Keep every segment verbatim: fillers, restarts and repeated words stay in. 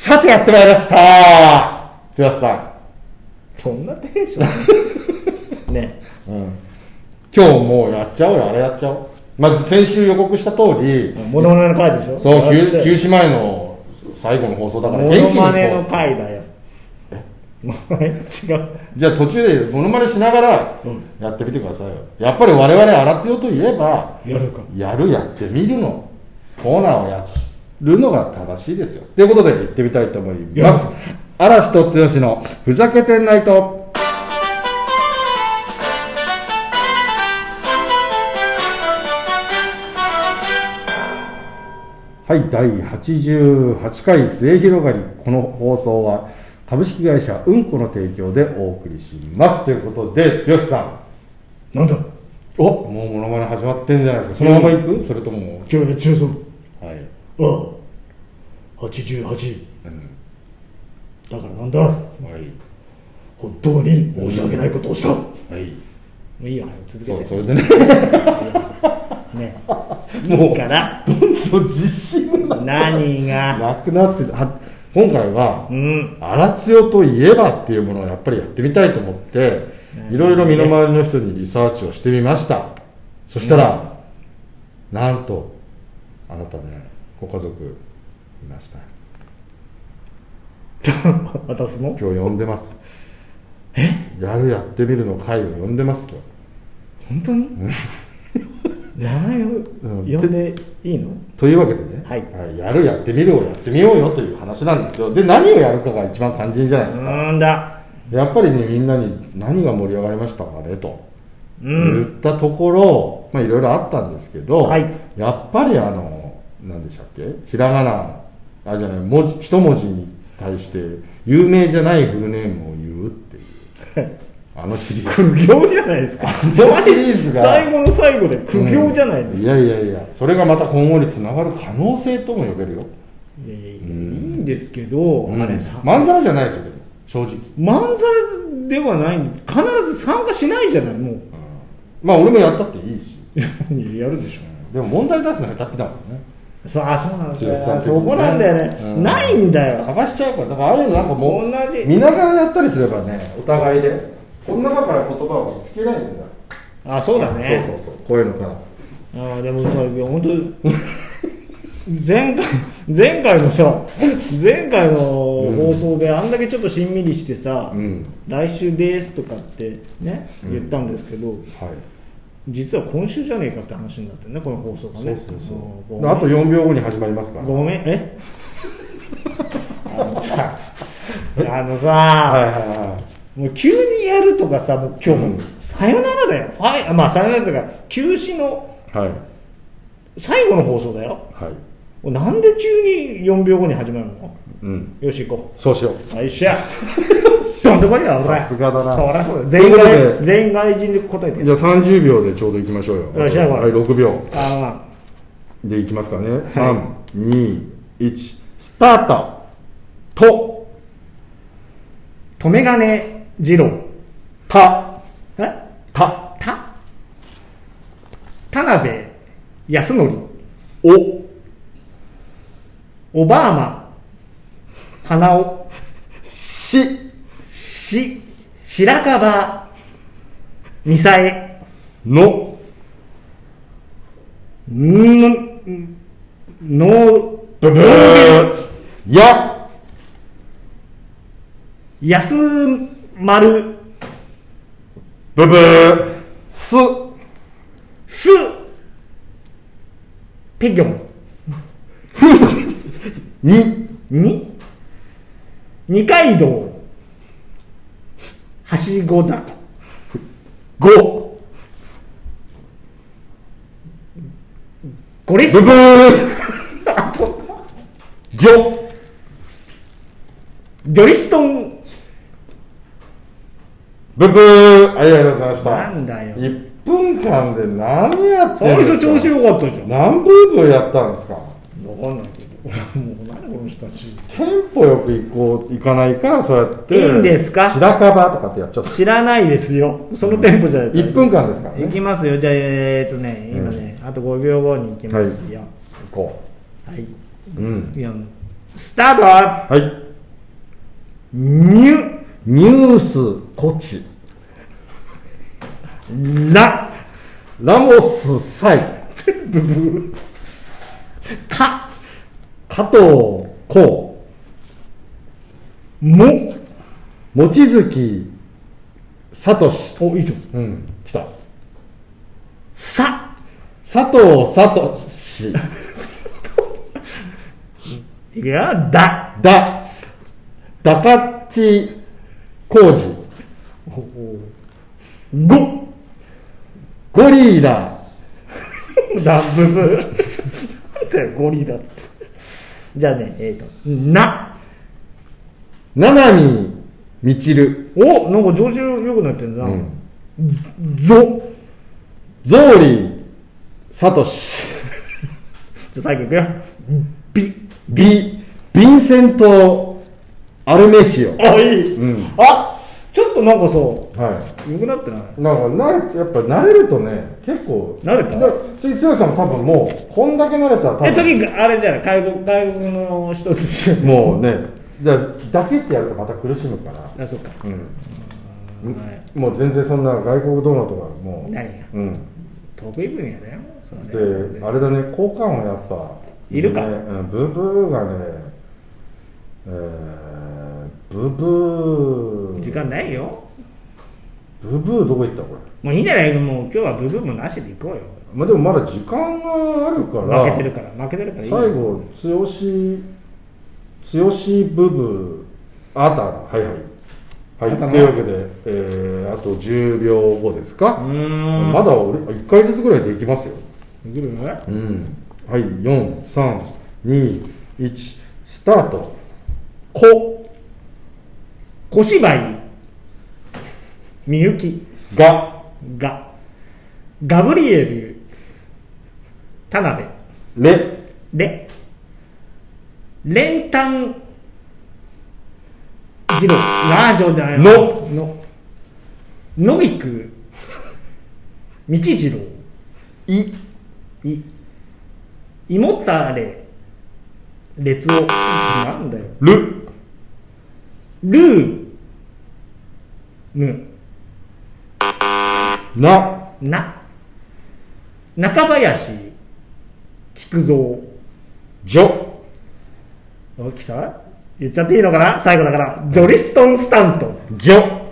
さてやってまいりました剛さん。 どんなテンションね、 うん、今日もうやっちゃおうよ、あれやっちゃおう。まず先週予告した通り、 モノマネの回でしょ。 そう、休止前の最後の放送だから元気にモノマネの回だよ。え違う。 じゃあ途中でモノマネしながらやってみてくださいよ。やっぱり我々荒強といえばやるかやるやってみるのコーナーをやるのが正しいですよ。ということで行ってみたいと思います。嵐と剛のふざけてんないと。はい、だいはちじゅうはちかい末広がり。この放送は株式会社うんこの提供でお送りしますということで、剛さんなんだお、もうモノマネ始まってんじゃないですか。そのままいく、それとももう今日やっちゃうぞ。 はい、 ああはちじゅうはち、うん、だからなんだ、はい、本当に申し訳ないことをした。はい、いいや、続けて。そう、それでねね、もういいからどんどん自信が何がなくなって、は今回は、うん、荒強といえばっていうものをやっぱりやってみたいと思って、いろいろ身の回りの人にリサーチをしてみました。そしたら、うん、なんとあなたね、ご家族いました私の今日呼んでます。えやるやってみるの会を呼んでます今日。本当に名前を呼んでいいの？ というわけでね、はいはい、やるやってみるをやってみようよという話なんですよ。で、何をやるかが一番肝心じゃないですか。 なんだやっぱりね、みんなに何が盛り上がりましたかねと、うん、言ったところ、まあいろいろあったんですけど、はい、やっぱりあの何でしたっけ、ひらがなあじゃない文字一文字に対して有名じゃないフルネームを言うっていうあのシリーズ苦行じゃないですか。 あのシリーズが最後の最後で苦行じゃないですか、 うん、いやいやいや、それがまた今後につながる可能性とも呼べるよ。 いやいやいや、うん、いいんですけど、うん、あれさ、 まんざらじゃないですよ。でも正直まんざらではない。必ず参加しないじゃないもう、うん、 まあ俺もやったっていいしやるでしょ、 うん、でも問題出すの下手っぴだもんね。 そう、あ、そうなんですよ、ね、そこなんだよね、うん、ないんだよ。 探しちゃうから。だからああいうのなんかもう同じ見ながらやったりすればね、お互いでこの中から言葉を見つけないんだ。 あ、そうだね。 そうそうそう、こういうのから。 あ、でもさ、本当前回前回のさ前回の放送であんだけちょっとしんみりしてさ、うん、来週ですとかってね、うん、言ったんですけど、はい、実は今週じゃねえかって話になってね、この放送がね。そうそうそう。 あとよんびょうごに始まりますから。 ごめん、えあのさあのさ、はいはいはい、もう急にやるとかさ、もう今日も、うん、さよならだよ。はい、まあさよならとか休止の最後の放送だよ。はい。なんで急によんびょうごに始まるの？うん。よし行こう。 そうしよう。 よいしょ。そんなとこにはさすがだな。 そりゃそうだ。全員外全員外人で答えて。 じゃあさんじゅうびょうでちょうど行きましょうよ。 よっしゃ、 はい、ろくびょう。 ああ。で行きますかね。はい、さん、に、いち、スタート。と。 留金次郎。 た。 え？ た。 た。田辺康則。 お。 オバーマ花尾。 し。 し。白樺ミサエ。 の。 ん。の。 ブブー。や。 やすまる。 ブブー。す。 す。ペギョン。 に。 に。二階堂。はしご坂。 ご。 ゴレス。 ブブー。 あと。 ギョ。 ギョリストン。 ブブー。ありがとうございました。 なんだよ。 いっぷんかんで何やってんですか。 最初調子良かったじゃん。 何ブーブーやったんですか。 分かんないけど。もう何この人たち。 テンポよく行こう行かないからそうやっていいんですか。 白樺とかってやっちゃった。 知らないですよ。そのテンポじゃないと、 うん、いっぷんかんですからね。 行きますよ。じゃあえー、っとね今ね、うん、あとごびょうごに行きますよ。 はい、行こう。 はい。 うん。 よんスタート。 はい。 ミュニュースコチ。 ララモスサイ。 ブブカ加藤浩。 も望月聡。 お、いいじゃん。うん、来た。 さ佐藤聡。 いくよ。だだだかっち工事。 ごゴリラ。 だブブなんだよゴリラって。じゃあね、えっ、ー、となななみみちる。 お、なんか調子よくなってんな。うん、 ぞゾーリサトシ。 じゃあ最後いくよ。ビビヴィンセントアルメシオ。 あ、いい、うん、あ、ちょっとなんかそう、はい、よくなってない。 なんかな、やっぱ慣れるとね、結構慣れた。 次剛さんも多分もうこんだけ慣れたら多分。 え、次あれじゃない、外国外国の人として。 もうね、だだけってやるとまた苦しむから。 あ、そうか。うん。 うん、はい、もう全然そんな外国ドーナとかもう。 何や。うん。得意分野だよ。 で、あれだね、効果音やっぱ。 いるか。ね、 うん、ブブーがね、えー、ブブー。 時間ないよ。 ブブーどこ行ったこれ。 もういいんじゃないの、もう今日はブブーもなしで行こうよ。 まあでもまだ時間があるから。 負けてるから、負けてるからいい。 最後、つよし、つよしブブー、あった、はいはい。はい、というわけで、えー、あとじゅうびょうごですか。うん。まだ俺、いっかいずつぐらいできますよ。 できるね。 うん。はい、よん、さん、に、いち、スタート。こ、 小芝居、みゆき、 が、 が、ガブリエル、田辺、 れ、 れ、練炭、次郎、なあ、冗談よ。 の、 の、のびく、道次郎、 い、 い、いもたれ、列を、なんだよ。 る、 ルー、ぬ、 な、 な、中林、菊蔵、 じょ。 お、来た？言っちゃっていいのかな、最後だから。ジョリストンスタント。 ぎょ。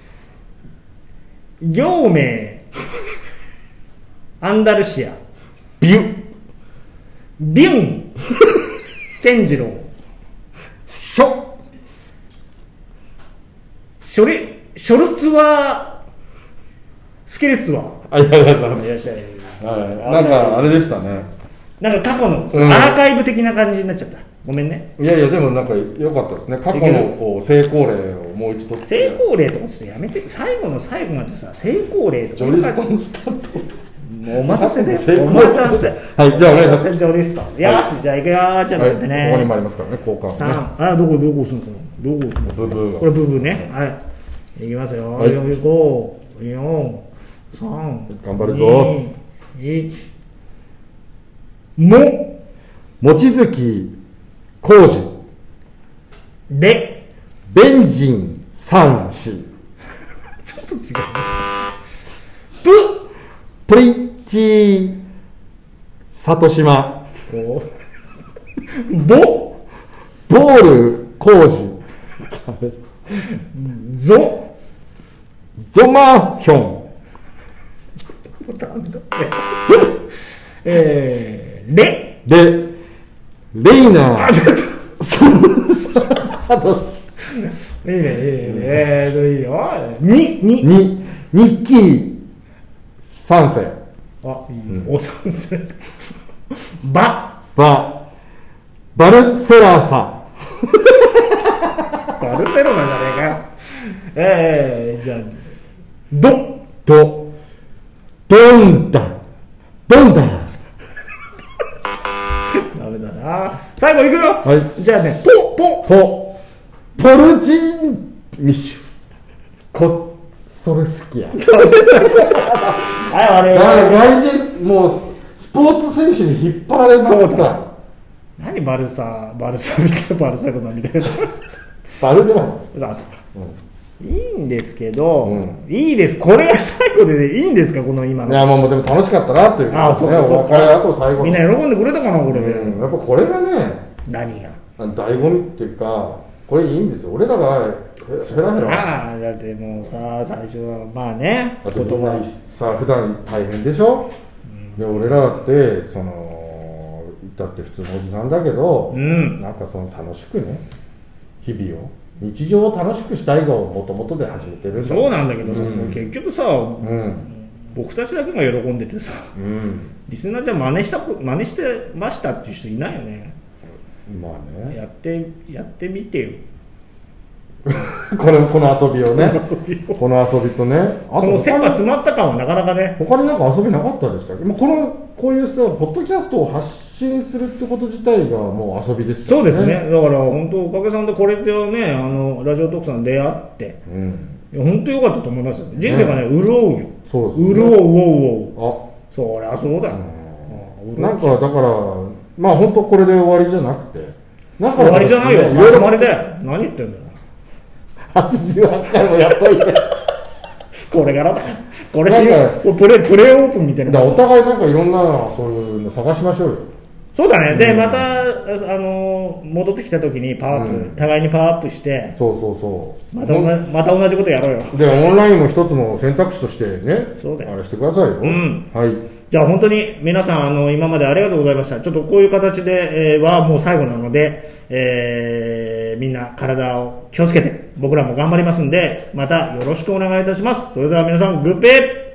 行名。アンダルシア。 ビュ。 ビュン。健次郎。 しょ。 ショレ、ショルツワー、スケルツワー。 ありがとうございます。 いらっしゃい。 はい。なんかあれでしたね。 なんか過去のアーカイブ的な感じになっちゃった。ごめんね。 いやいや、でもなんか良かったですね。過去のこう成功例をもう一度。 成功例とかしてやめて、最後の最後までさ、成功例とか。 ジョリストンスタント。 もうお待たせです。お待たせ。 はい、じゃあお願いします。 ジョリストン。よし、じゃあ行くよ。ちょっと待ってね。 ここにもありますからね、交換ね。 あ、どこどこ押すのかな。どこ押すの。 ブブー。 これブブーね。はい。いきますよ。ご、よん、さん、 頑張るぞ。 いち。も、 望月浩二。 で、 ベンジン三子。ちょっと違うね。 プ、プリッチー、里島。 ボ、 ボール浩二。 ゾ、 ゾマヒョン。 えー、レ、 レ、レイナー。サトシ。 いいね、いいね、えー、いいよ。に、に、 に、ニッキー三世。 あ、いい、うん、お三世。バ、 バ、バルセラーさ。 バルセロナじゃねえかよ。えー、じゃあ、ド、 ド、ドンダ、ドンダ。 ダメだな。最後いくよ。 はい。 じゃあね、ポ、ポ、 ポ、ポルジンミッシュ。コソルスキア。はい、 あれ。 外人、もうスポーツ選手に引っ張られました。 何バルサバルサみたいなバルセロナみたいなバルデラマです。 あ、そうか、うん、いいんですけど、うん、いいです。これが最後で、ね、いいんですかこの今の。 いやもうでも楽しかったなっていうああ、そうかそうか。あと最後みんな喜んでくれたかなこれで、 うん、やっぱこれがね何が醍醐味っていうかこれいいんですよ。俺らがヘラヘラああだってもうさ最初はまあねあとみんなさ普段大変でしょ、うん、で俺らだってそのだって普通のおじさんだけど、うん、なんかその楽しくね日々を日常を楽しくしたいがもともとで始めてる。 そうなんだけどさ、うん、結局さ、うん、僕たちだけが喜んでてさ、うん、リスナーじゃ真似した真似してましたっていう人いないよね。 まあねやってやってみてよこのこの遊びをねこの遊びとねこの切羽詰まった感はなかなかね。 他になんか遊びなかったでしたっけ。このこういうさポッドキャストを発信するってこと自体がもう遊びですよね。 そうですね。だから本当おかげさんでこれでねあのラジオトークさん出会って、うん、いや本当良かったと思いますよ。人生がね、ね、潤うよ。そうですね。潤うおうおう。あ、そりゃそうだよ。 なんかだからまあ本当これで終わりじゃなくて、なんか終わりじゃないよ。始まりだよ。何言ってんだよ。 はちじゅうはちかいもやっといてこれからだこれプレプレオープンみたいな。 お互いなんかいろんなそういうの探しましょうよ。 そうだね、うん、でまたあの戻ってきた時にパワーアップ、うん、互いにパワーアップしてそうそうそうまたまた同じことやろうよ。 でオンラインも一つの選択肢としてねそうだよあれしてくださいよ、うん、はい。 じゃあ本当に皆さんあの今までありがとうございました。ちょっとこういう形で、えー、はもう最後なので、えー、みんな体を気をつけて僕らも頑張りますんでまたよろしくお願いいたします。それでは皆さんグッペー